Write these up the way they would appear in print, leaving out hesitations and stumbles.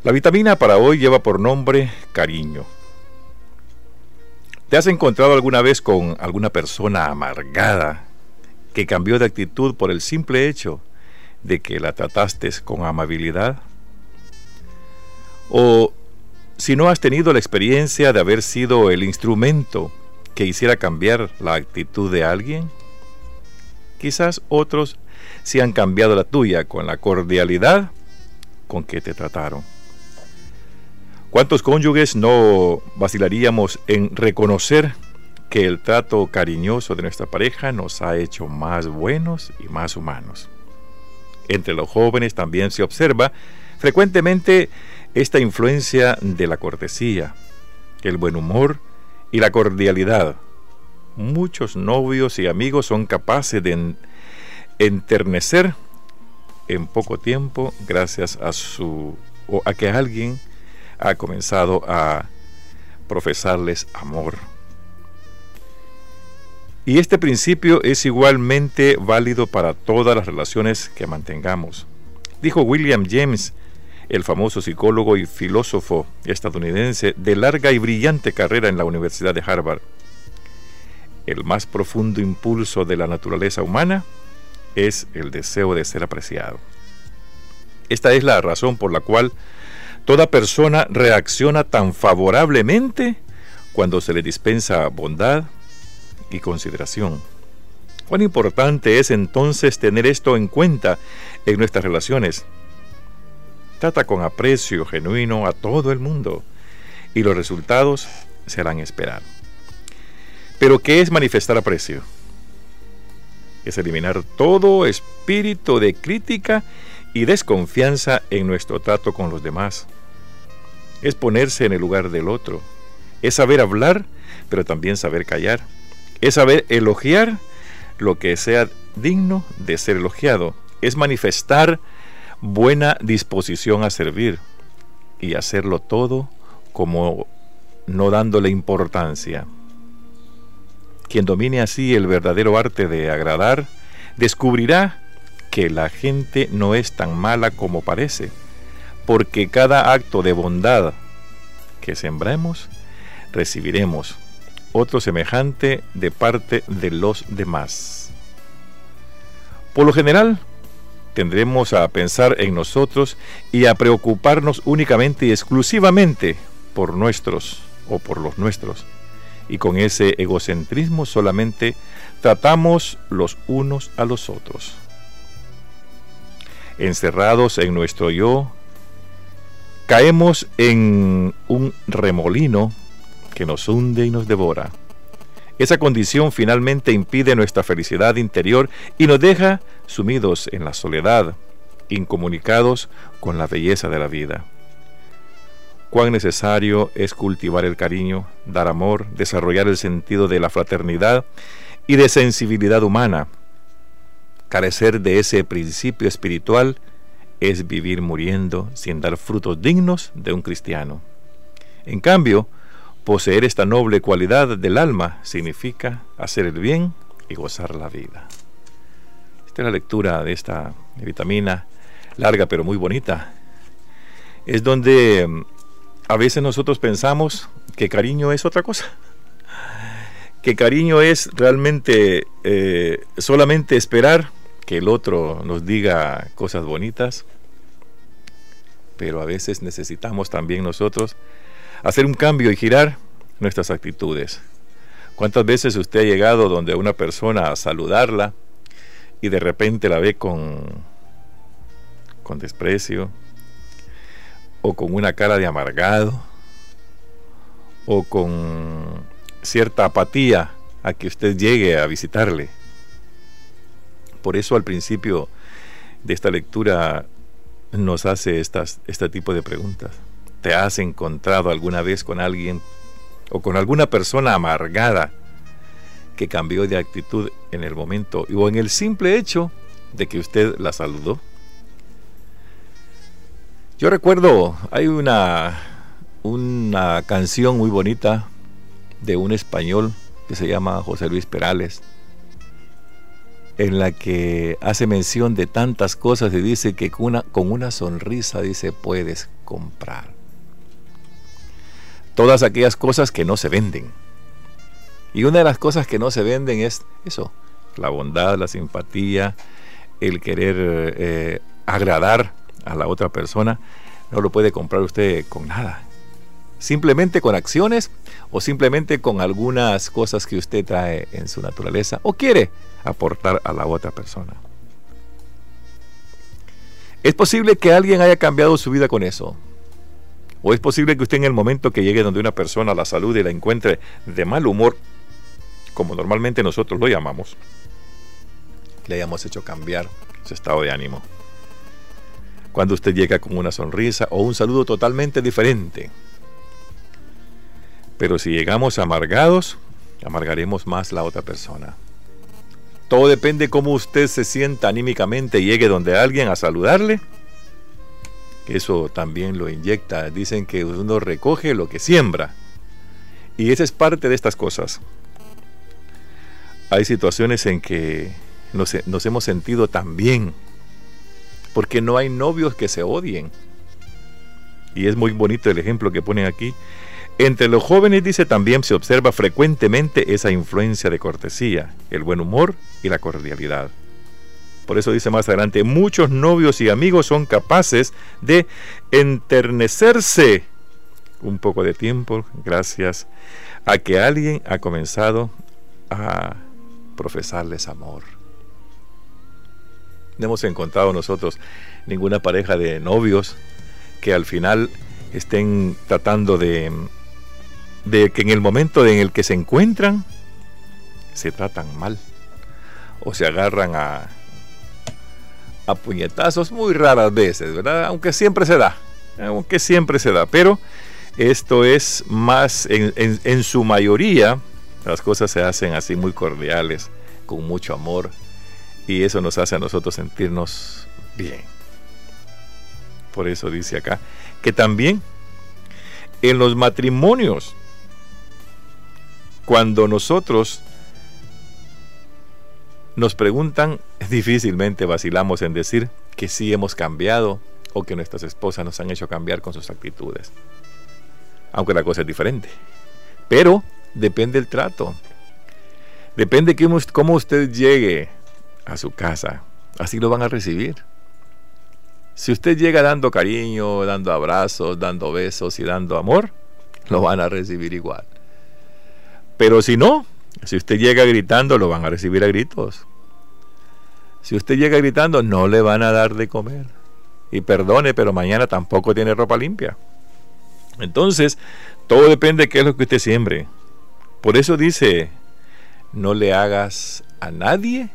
La vitamina para hoy lleva por nombre cariño. ¿Te has encontrado alguna vez con alguna persona amargada que cambió de actitud por el simple hecho de que la trataste con amabilidad? O si no has tenido la experiencia de haber sido el instrumento que hiciera cambiar la actitud de alguien, quizás otros sí han cambiado la tuya con la cordialidad con que te trataron. ¿Cuántos cónyuges no vacilaríamos en reconocer que el trato cariñoso de nuestra pareja nos ha hecho más buenos y más humanos? Entre los jóvenes también se observa frecuentemente esta influencia de la cortesía, el buen humor y la cordialidad. Muchos novios y amigos son capaces de enternecer en poco tiempo gracias a que alguien ha comenzado a profesarles amor. Y este principio es igualmente válido para todas las relaciones que mantengamos. Dijo William James, el famoso psicólogo y filósofo estadounidense de larga y brillante carrera en la Universidad de Harvard: el más profundo impulso de la naturaleza humana es el deseo de ser apreciado. Esta es la razón por la cual toda persona reacciona tan favorablemente cuando se le dispensa bondad y consideración. Cuán importante es entonces tener esto en cuenta en nuestras relaciones. Trata con aprecio genuino a todo el mundo y los resultados se harán esperar. Pero ¿qué es manifestar aprecio? Es eliminar todo espíritu de crítica y desconfianza en nuestro trato con los demás. Es ponerse en el lugar del otro. Es saber hablar, pero también saber callar. Es saber elogiar lo que sea digno de ser elogiado. Es manifestar buena disposición a servir y hacerlo todo como no dándole importancia. Quien domine así el verdadero arte de agradar, descubrirá que la gente no es tan mala como parece, porque cada acto de bondad que sembremos, recibiremos otro semejante de parte de los demás. Por lo general, tendremos a pensar en nosotros y a preocuparnos únicamente y exclusivamente por nuestros o por los nuestros. Y con ese egocentrismo solamente tratamos los unos a los otros. Encerrados en nuestro yo, caemos en un remolino que nos hunde y nos devora. Esa condición finalmente impide nuestra felicidad interior y nos deja sumidos en la soledad, incomunicados con la belleza de la vida. Cuán necesario es cultivar el cariño, dar amor, desarrollar el sentido de la fraternidad y de sensibilidad humana. Carecer de ese principio espiritual es vivir muriendo sin dar frutos dignos de un cristiano. En cambio, poseer esta noble cualidad del alma significa hacer el bien y gozar la vida. Esta es la lectura de esta vitamina, larga pero muy bonita. Es donde a veces nosotros pensamos que cariño es otra cosa. Que cariño es realmente solamente esperar que el otro nos diga cosas bonitas, pero a veces necesitamos también nosotros hacer un cambio y girar nuestras actitudes. ¿Cuántas veces usted ha llegado donde una persona a saludarla y de repente la ve con desprecio, o con una cara de amargado, o con cierta apatía a que usted llegue a visitarle? Por eso al principio de esta lectura nos hace este tipo de preguntas. ¿Te has encontrado alguna vez con alguien o con alguna persona amargada que cambió de actitud en el momento o en el simple hecho de que usted la saludó? Yo recuerdo, hay una canción muy bonita de un español que se llama José Luis Perales, en la que hace mención de tantas cosas y dice que con una sonrisa, dice, puedes comprar. Todas aquellas cosas que no se venden. Y una de las cosas que no se venden es eso, la bondad, la simpatía, el querer agradar a la otra persona. No lo puede comprar usted con nada. Simplemente con acciones o simplemente con algunas cosas que usted trae en su naturaleza o quiere aportar a la otra persona. Es posible que alguien haya cambiado su vida con eso. O es posible que usted en el momento que llegue donde una persona la salude y la encuentre de mal humor, como normalmente nosotros lo llamamos, le hayamos hecho cambiar su estado de ánimo. Cuando usted llega con una sonrisa o un saludo totalmente diferente. Pero si llegamos amargados, amargaremos más la otra persona. Todo depende cómo usted se sienta anímicamente y llegue donde alguien a saludarle. Eso también lo inyecta. Dicen que uno recoge lo que siembra. Y esa es parte de estas cosas. Hay situaciones en que nos hemos sentido tan bien. Porque no hay novios que se odien. Y es muy bonito el ejemplo que ponen aquí. Entre los jóvenes, dice, también se observa frecuentemente esa influencia de cortesía, el buen humor y la cordialidad. Por eso dice más adelante, muchos novios y amigos son capaces de enternecerse un poco de tiempo gracias a que alguien ha comenzado a profesarles amor. No hemos encontrado nosotros ninguna pareja de novios que al final estén tratando de que en el momento en el que se encuentran se tratan mal o se agarran a puñetazos muy raras veces, ¿verdad? Aunque siempre se da, pero esto es más, en su mayoría las cosas se hacen así muy cordiales, con mucho amor, y eso nos hace a nosotros sentirnos bien. Por eso dice acá que también en los matrimonios, cuando nosotros nos preguntan, difícilmente vacilamos en decir que sí hemos cambiado o que nuestras esposas nos han hecho cambiar con sus actitudes. Aunque la cosa es diferente. Pero depende del trato. Depende cómo usted llegue a su casa. Así lo van a recibir. Si usted llega dando cariño, dando abrazos, dando besos y dando amor, lo van a recibir igual. Pero si no, si usted llega gritando, lo van a recibir a gritos. Si usted llega gritando, no le van a dar de comer. Y perdone, pero mañana tampoco tiene ropa limpia. Entonces, todo depende de qué es lo que usted siembre. Por eso dice, no le hagas a nadie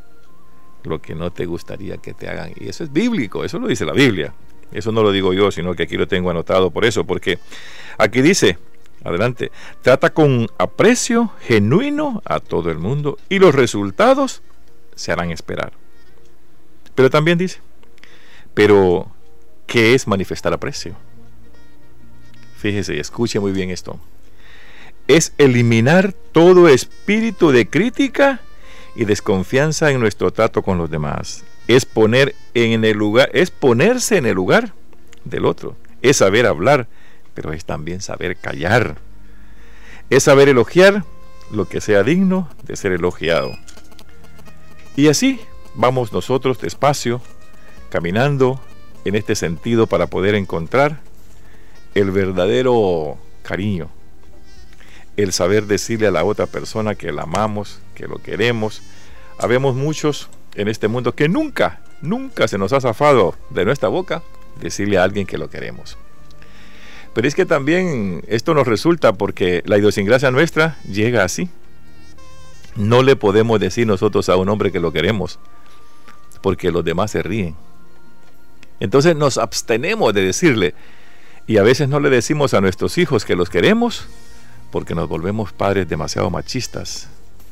lo que no te gustaría que te hagan. Y eso es bíblico, eso lo dice la Biblia. Eso no lo digo yo, sino que aquí lo tengo anotado por eso. Porque aquí dice, adelante, trata con aprecio genuino a todo el mundo y los resultados se harán esperar. Pero también dice, pero ¿qué es manifestar aprecio? Fíjese y escuche muy bien esto. Es eliminar todo espíritu de crítica y desconfianza en nuestro trato con los demás. Es ponerse en el lugar del otro. Es saber hablar, pero es también saber callar. Es saber elogiar lo que sea digno de ser elogiado. Y así vamos nosotros despacio, caminando en este sentido para poder encontrar el verdadero cariño. El saber decirle a la otra persona que la amamos, que lo queremos. Habemos muchos en este mundo que nunca se nos ha zafado de nuestra boca decirle a alguien que lo queremos. Pero es que también esto nos resulta porque la idiosincrasia nuestra llega así. No le podemos decir nosotros a un hombre que lo queremos, porque los demás se ríen. Entonces nos abstenemos de decirle, y a veces no le decimos a nuestros hijos que los queremos, porque nos volvemos padres demasiado machistas.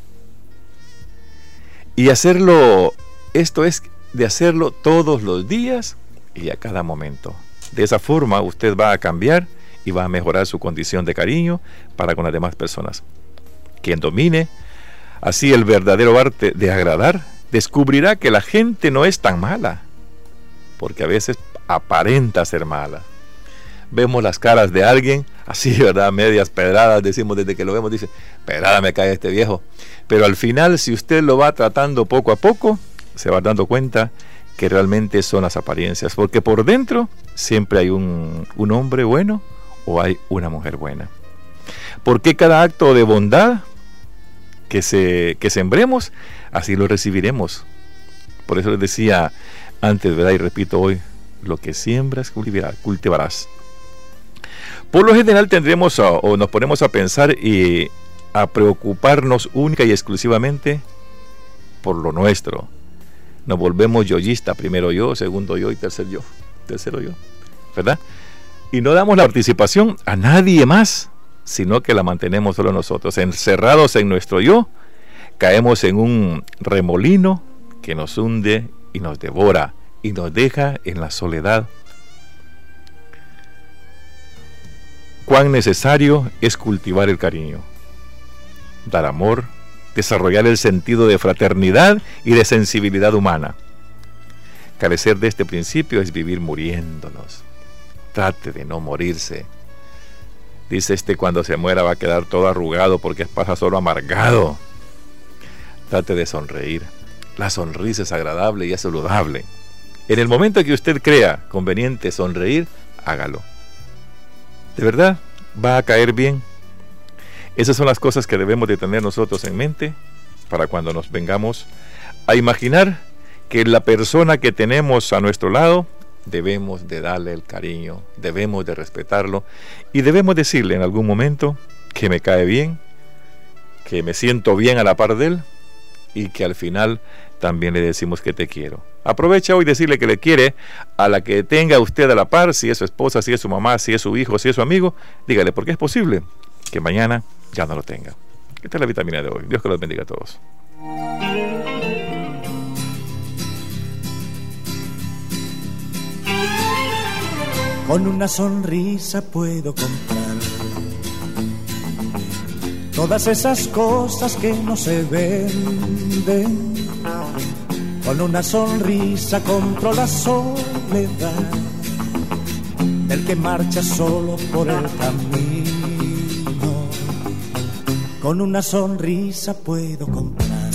Y esto es de hacerlo todos los días y a cada momento. De esa forma usted va a cambiar y va a mejorar su condición de cariño para con las demás personas. Quien domine así el verdadero arte de agradar, descubrirá que la gente no es tan mala, porque a veces aparenta ser mala. vemos las caras de alguien, así, ¿verdad? Medias pedradas, decimos desde que lo vemos, dice, pedrada me cae este viejo. Pero al final, si usted lo va tratando poco a poco, se va dando cuenta que realmente son las apariencias, porque por dentro siempre hay un hombre bueno o hay una mujer buena. Porque cada acto de bondad que sembremos, así lo recibiremos. Por eso les decía antes, ¿verdad? Y repito hoy, lo que siembras cultivarás. Por lo general tendremos o nos ponemos a pensar y a preocuparnos única y exclusivamente por lo nuestro. Nos volvemos yoístas, primero yo, segundo yo y tercero yo, ¿verdad? Y no damos la participación a nadie más, sino que la mantenemos solo nosotros. Encerrados en nuestro yo, caemos en un remolino que nos hunde y nos devora y nos deja en la soledad. Cuán necesario es cultivar el cariño, dar amor, desarrollar el sentido de fraternidad y de sensibilidad humana. Carecer de este principio es vivir muriéndonos. Trate de no morirse. Dice cuando se muera va a quedar todo arrugado porque pasa solo amargado. Trate de sonreír. La sonrisa es agradable y es saludable. En el momento que usted crea conveniente sonreír, hágalo. De verdad, va a caer bien. Esas son las cosas que debemos de tener nosotros en mente para cuando nos vengamos a imaginar que la persona que tenemos a nuestro lado debemos de darle el cariño, debemos de respetarlo y debemos decirle en algún momento que me cae bien, que me siento bien a la par de él y que al final también le decimos que te quiero. Aprovecha hoy decirle que le quiere a la que tenga usted a la par, si es su esposa, si es su mamá, si es su hijo, si es su amigo, dígale, porque es posible que mañana ya no lo tenga. Esta es la vitamina de hoy. Dios que los bendiga a todos. Con una sonrisa puedo comprar todas esas cosas que no se venden. Con una sonrisa compro la soledad del que marcha solo por el camino. Con una sonrisa puedo comprar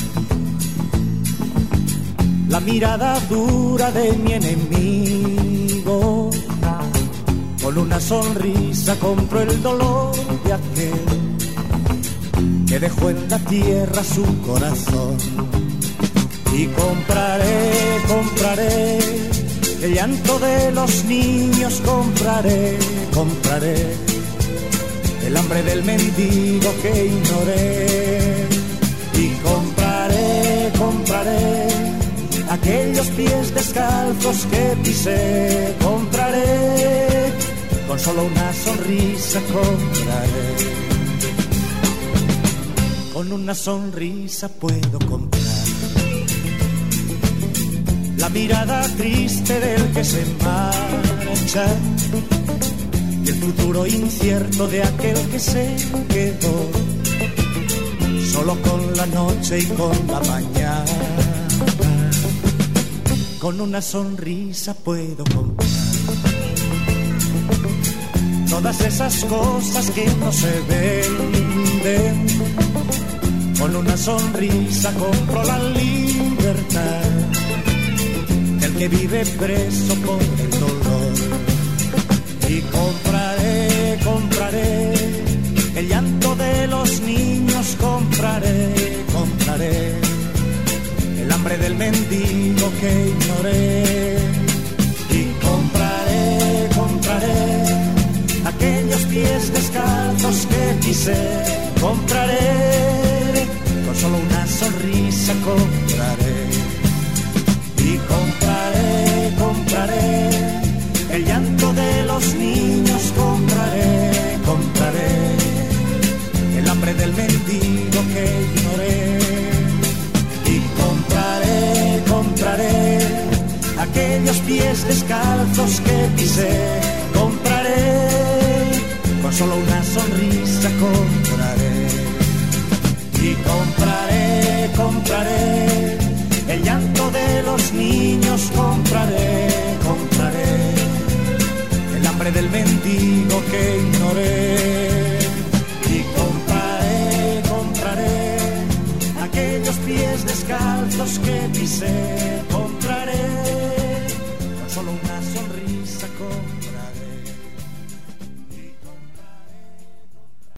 la mirada dura de mi enemigo. Con una sonrisa compro el dolor de aquel que dejó en la tierra su corazón. Y compraré el llanto de los niños, compraré el hambre del mendigo que ignoré. Y compraré aquellos pies descalzos que pisé, compraré, con solo una sonrisa compraré. Con una sonrisa puedo comprar la mirada triste del que se marcha y el futuro incierto de aquel que se quedó solo con la noche y con la mañana. Con una sonrisa puedo comprar todas esas cosas que no se venden. Con una sonrisa compro la libertad del que vive preso por el dolor. Y compraré el llanto de los niños, compraré el hambre del mendigo que ignoré. Y compraré aquellos pies descalzos que pisé, compraré, con solo una sonrisa compraré. Y compraré el llanto de los niños, compraré el hambre del mendigo que ignoré. Y compraré aquellos pies descalzos que pisé, compraré, con solo una sonrisa compraré. Y compraré el llanto de los niños, compraré el hambre del mendigo mendigo que ignoré. Y compraré aquellos pies descalzos que pisé. Compraré con solo una sonrisa, compraré